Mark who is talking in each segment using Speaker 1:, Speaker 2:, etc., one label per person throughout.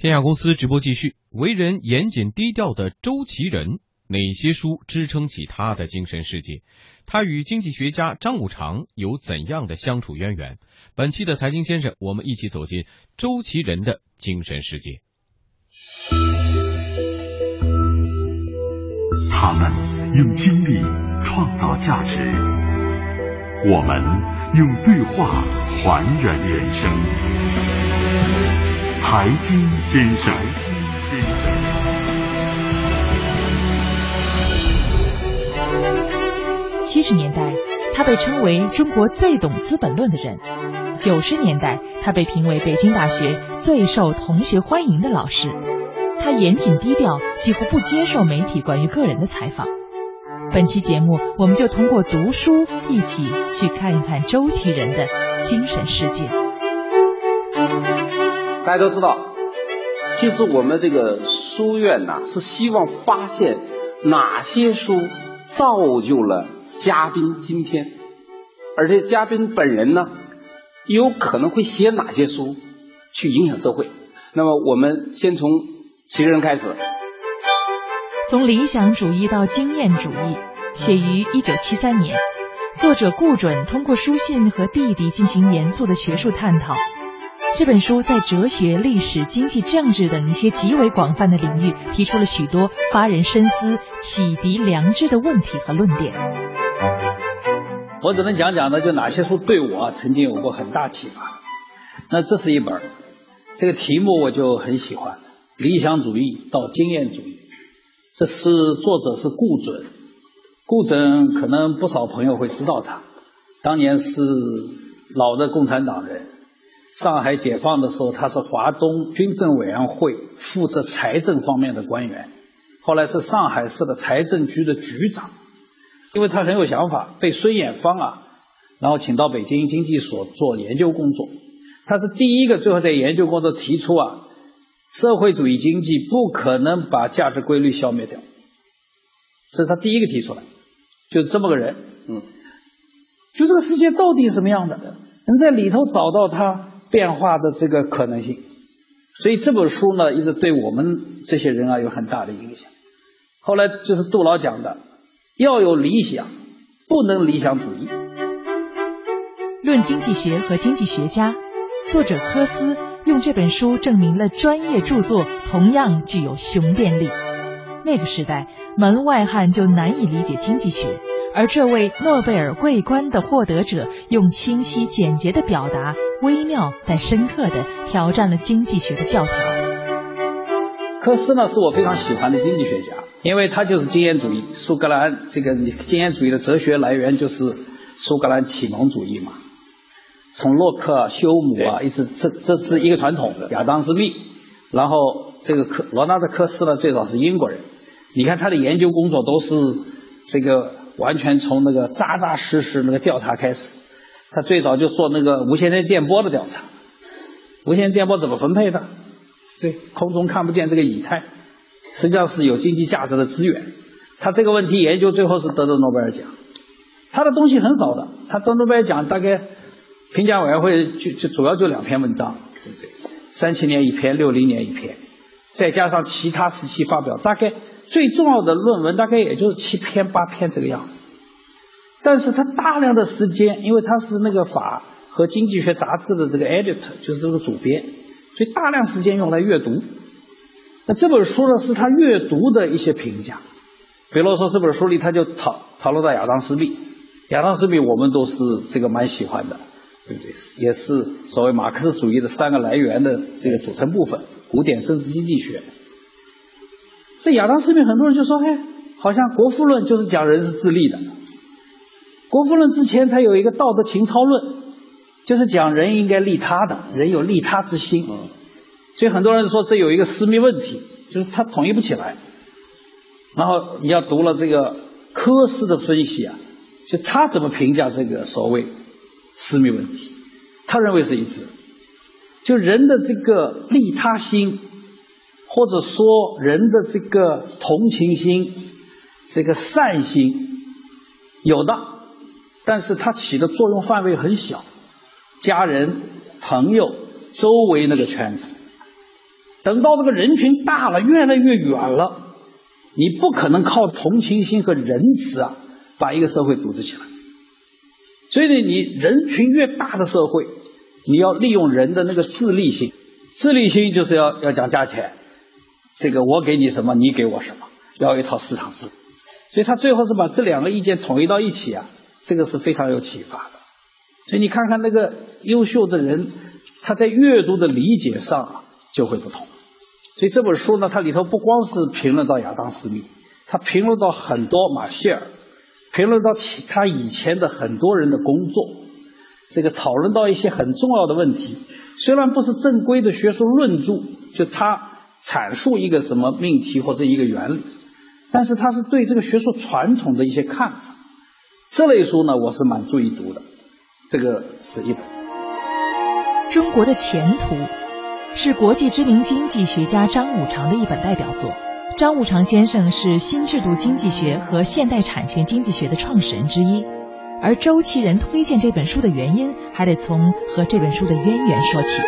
Speaker 1: 天下公司直播继续。为人严谨低调的周其仁，哪些书支撑起他的精神世界？他与经济学家张五常有怎样的相处渊源？本期的财经先生，我们一起走进周其仁的精神世界。
Speaker 2: 他们用经历创造价值，我们用对话还原人生。财经先生
Speaker 3: ，70年代，他被称为中国最懂资本论的人；90年代，他被评为北京大学最受同学欢迎的老师。他严谨低调，几乎不接受媒体关于个人的采访。本期节目，我们就通过读书，一起去看一看周其仁的精神世界。
Speaker 4: 大家都知道，其实我们这个书院呢，是希望发现哪些书造就了嘉宾今天，而这嘉宾本人呢，有可能会写哪些书去影响社会。那么我们先从其仁开始。
Speaker 3: 从理想主义到经验主义，写于1973年。作者顾准通过书信和弟弟进行严肃的学术探讨。这本书在哲学、历史、经济、政治等一些极为广泛的领域提出了许多发人深思、启迪良知的问题和论点。
Speaker 5: 我只能讲讲呢，就哪些书对我曾经有过很大启发。那这是一本，这个题目我就很喜欢，理想主义到经验主义。这是作者是顾准，顾准可能不少朋友会知道他，当年是老的共产党人。上海解放的时候，他是华东军政委员会负责财政方面的官员，后来是上海市的财政局的局长。因为他很有想法，被孙冶方然后请到北京经济所做研究工作。他是第一个最后在研究工作提出社会主义经济不可能把价值规律消灭掉，这是他第一个提出来，就是这么个人。就这个世界到底是什么样的，能在里头找到它变化的这个可能性。所以这本书呢，一直对我们这些人有很大的影响。后来就是杜老讲的，要有理想，不能理想主义。
Speaker 3: 论经济学和经济学家，作者科斯用这本书证明了专业著作同样具有雄辩力。那个时代，门外汉就难以理解经济学，而这位诺贝尔桂冠的获得者用清晰简洁的表达，微妙但深刻地挑战了经济学的教条。
Speaker 5: 科斯呢，是我非常喜欢的经济学家，因为他就是经验主义。苏格兰这个经验主义的哲学来源就是苏格兰启蒙主义嘛，从洛克、休姆一直这是一个传统。亚当·斯密，然后这个罗纳德·科斯呢，最早是英国人。你看他的研究工作都是这个完全从那个扎扎实实那个调查开始。他最早就做那个无线电波的调查，无线电波怎么分配的？对，空中看不见这个以太，实际上是有经济价值的资源。他这个问题研究最后是得到诺贝尔奖。他的东西很少的，他得诺贝尔奖大概评奖委员会就主要就2篇文章，对不对？37年1篇，60年1篇，再加上其他时期发表，大概最重要的论文大概也就是7篇8篇这个样子。但是他大量的时间，因为他是那个法和经济学杂志的这个 editor， 就是这个主编，所以大量时间用来阅读。那这本书呢，是他阅读的一些评价。比如说这本书里他就讨论到亚当·斯密。亚当·斯密我们都是这个蛮喜欢的，对不对？也是所谓马克思主义的3个来源的这个组成部分，古典政治经济学。那亚当·斯密很多人就说，好像国富论就是讲人是自利的。国富论之前他有一个道德情操论，就是讲人应该利他的，人有利他之心。所以很多人说这有一个私密问题，就是他统一不起来。然后你要读了这个科斯的分析就他怎么评价这个所谓私密问题，他认为是一致。就人的这个利他心，或者说人的这个同情心，这个善心有的，但是它起的作用范围很小，家人、朋友、周围那个圈子。 等到这个人群大了，越来越远了，你不可能靠同情心和仁慈啊把一个社会组织起来。所以呢，你人群越大的社会，你要利用人的那个自利性，自利性就是要讲价钱，这个我给你什么，你给我什么，要有一套市场制度。所以他最后是把这两个意见统一到一起啊，这个是非常有启发的。所以你看看那个优秀的人，他在阅读的理解上啊就会不同。所以这本书呢，它里头不光是评论到亚当·斯密，他评论到很多马歇尔，评论到他以前的很多人的工作，这个讨论到一些很重要的问题。虽然不是正规的学术论著，就他阐述一个什么命题或者一个原理，但是他是对这个学术传统的一些看法。这类书呢，我是蛮注意读的。这个是一本。
Speaker 3: 中国的前途是国际知名经济学家张五常的一本代表作。张五常先生是新制度经济学和现代产权经济学的创始人之一，而周其仁推荐这本书的原因，还得从和这本书的渊源说起。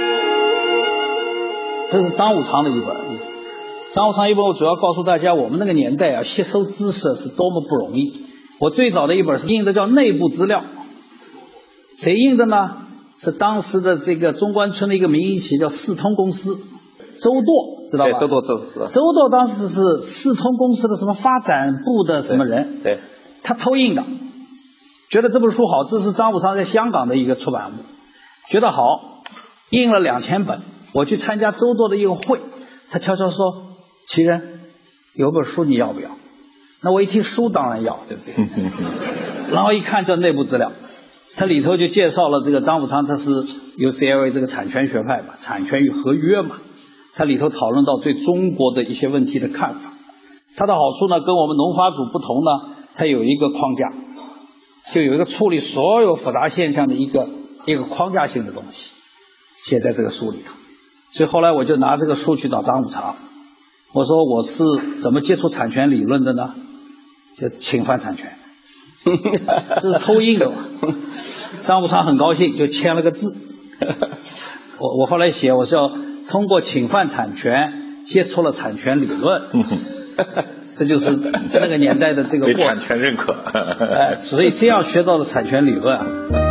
Speaker 5: 这是张五常的一本。张五常一本，我主要告诉大家，我们那个年代啊，吸收知识是多么不容易。我最早的一本是印的叫内部资料，谁印的呢？是当时的这个中关村的一个民营企业叫四通公司，周舵知道吧？
Speaker 4: 对，周
Speaker 5: 舵当时是四通公司的什么发展部的什么人？
Speaker 4: 对，
Speaker 5: 他偷印的，觉得这本书好，这是张五常在香港的一个出版物，觉得好，印了2000本。我去参加周舵的一个会，他悄悄说：“其仁，有本书你要不要？”那我一听书当然要，对不对？然后一看叫内部资料，它里头就介绍了这个张五常，他是 UCLA 这个产权学派嘛，产权与合约嘛，它里头讨论到对中国的一些问题的看法。它的好处呢，跟我们农发组不同呢，它有一个框架，就有一个处理所有复杂现象的一个框架性的东西写在这个书里头。所以后来我就拿这个书去找张五常，我说我是怎么接触产权理论的呢？就侵犯产权，这是偷印的嘛。张五常很高兴，就签了个字。我后来写，我是要通过侵犯产权接触了产权理论。这就是那个年代的这个过程，
Speaker 4: 对产权认可。
Speaker 5: 所以这样学到了产权理论。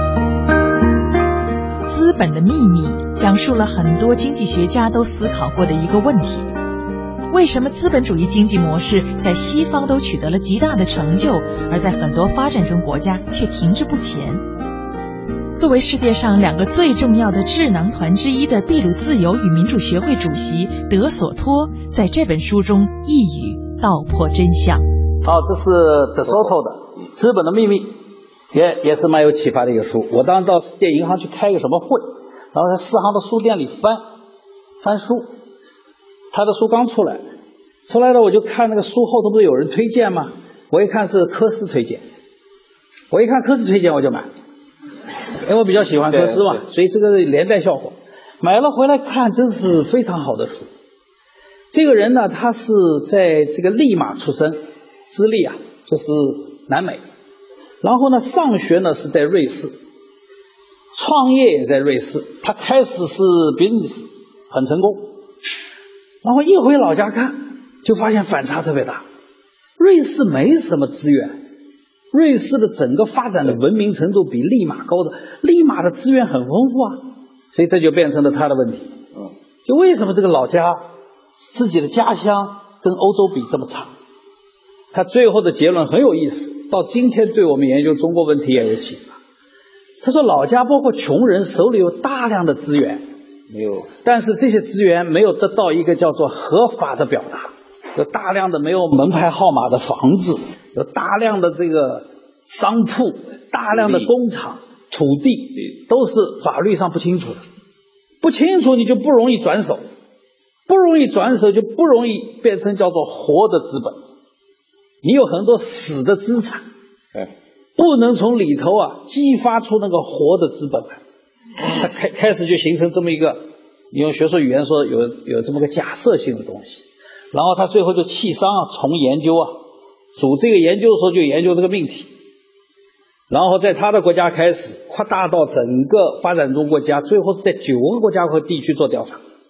Speaker 3: 资本的秘密讲述了很多经济学家都思考过的一个问题：为什么资本主义经济模式在西方都取得了极大的成就，而在很多发展中国家却停滞不前？作为世界上2个最重要的智囊团之一的秘鲁自由与民主学会主席德索托，在这本书中一语道破真相。
Speaker 5: 好，这是德索托的《资本的秘密》，也是蛮有启发的一个书。我当时到世界银行去开个什么会，然后在世行的书店里翻书，他的书刚出来了，我就看那个书后头不是有人推荐吗？我一看是科斯推荐，我就买，因为我比较喜欢科斯嘛，所以这个连带效果。买了回来看，真是非常好的书。这个人呢，他是在这个利马出生，资历啊就是南美，然后呢上学呢是在瑞士，创业也在瑞士。他开始是 business 很成功，然后一回老家看，就发现反差特别大。瑞士没什么资源，瑞士的整个发展的文明程度比利马高的，利马的资源很丰富啊，所以这就变成了他的问题。就为什么这个老家自己的家乡跟欧洲比这么差？他最后的结论很有意思，到今天对我们研究中国问题也有启发。他说老家包括穷人手里有大量的资源，但是这些资源没有得到一个叫做合法的表达，有大量的没有门牌号码的房子，有大量的这个商铺，大量的工厂土地，都是法律上不清楚的，不清楚你就不容易转手，不容易转手就不容易变成叫做活的资本，你有很多死的资产，不能从里头激发出那个活的资本来。它开始就形成这么一个，你用学术语言说有这么个假设性的东西。然后他最后就弃商从研究组这个研究所就研究这个命题，然后在他的国家开始扩大到整个发展中国家，最后是在9个国家和地区做调查，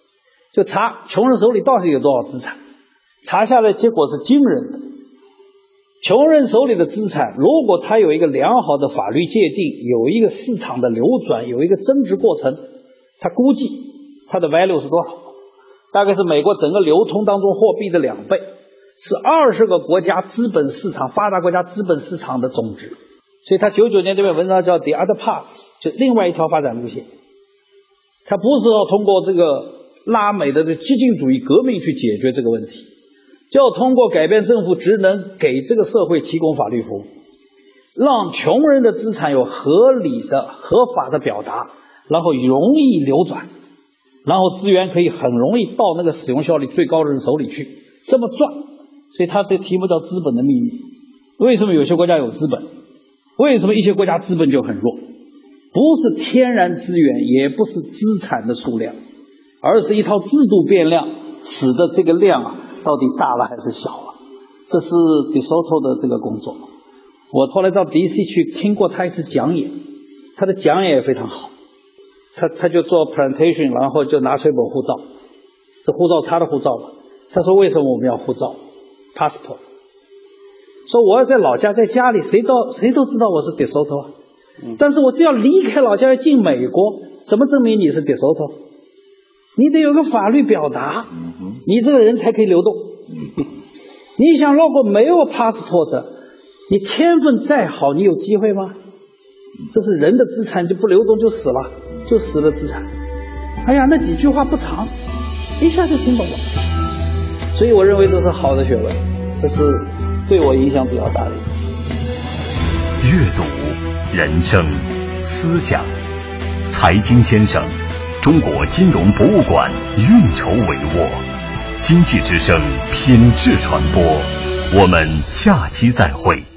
Speaker 5: 就查穷人手里到底有多少资产，查下来结果是惊人的。穷人手里的资产，如果他有一个良好的法律界定，有一个市场的流转，有一个增值过程，他估计他的 value 是多少？大概是美国整个流通当中货币的2倍，是20个国家资本市场发达国家资本市场的总值。所以他99年这篇文章叫 The Other Path， 就另外一条发展路线。他不是要通过这个拉美的激进主义革命去解决这个问题，就要通过改变政府职能，给这个社会提供法律服务，让穷人的资产有合理的合法的表达，然后容易流转，然后资源可以很容易到那个使用效率最高的人手里去，这么赚。所以他的题目叫资本的秘密。为什么有些国家有资本？为什么一些国家资本就很弱？不是天然资源，也不是资产的数量，而是一套制度变量使得这个量到底大了还是小了。这是 DeSoto 的这个工作。我后来到 DC 去听过他一次讲演，他的讲演也非常好。他就做 plantation， 然后就拿出一本护照，这护照他的护照嘛。他说为什么我们要护照 passport？ 说我要在老家在家里谁都知道我是 DeSoto 但是我只要离开老家要进美国，怎么证明你是 DeSoto？ 你得有个法律表达，你这个人才可以流动。你想如果没有 passport， 你天分再好，你有机会吗？这是人的资产就不流动就死了，就死了资产。哎呀，那几句话不长，一下就听懂了。所以我认为这是好的学问，这是对我影响比较大的。
Speaker 2: 阅读、人生、思想，财经先生，中国金融博物馆运筹帷幄，经济之声品质传播。我们下期再会。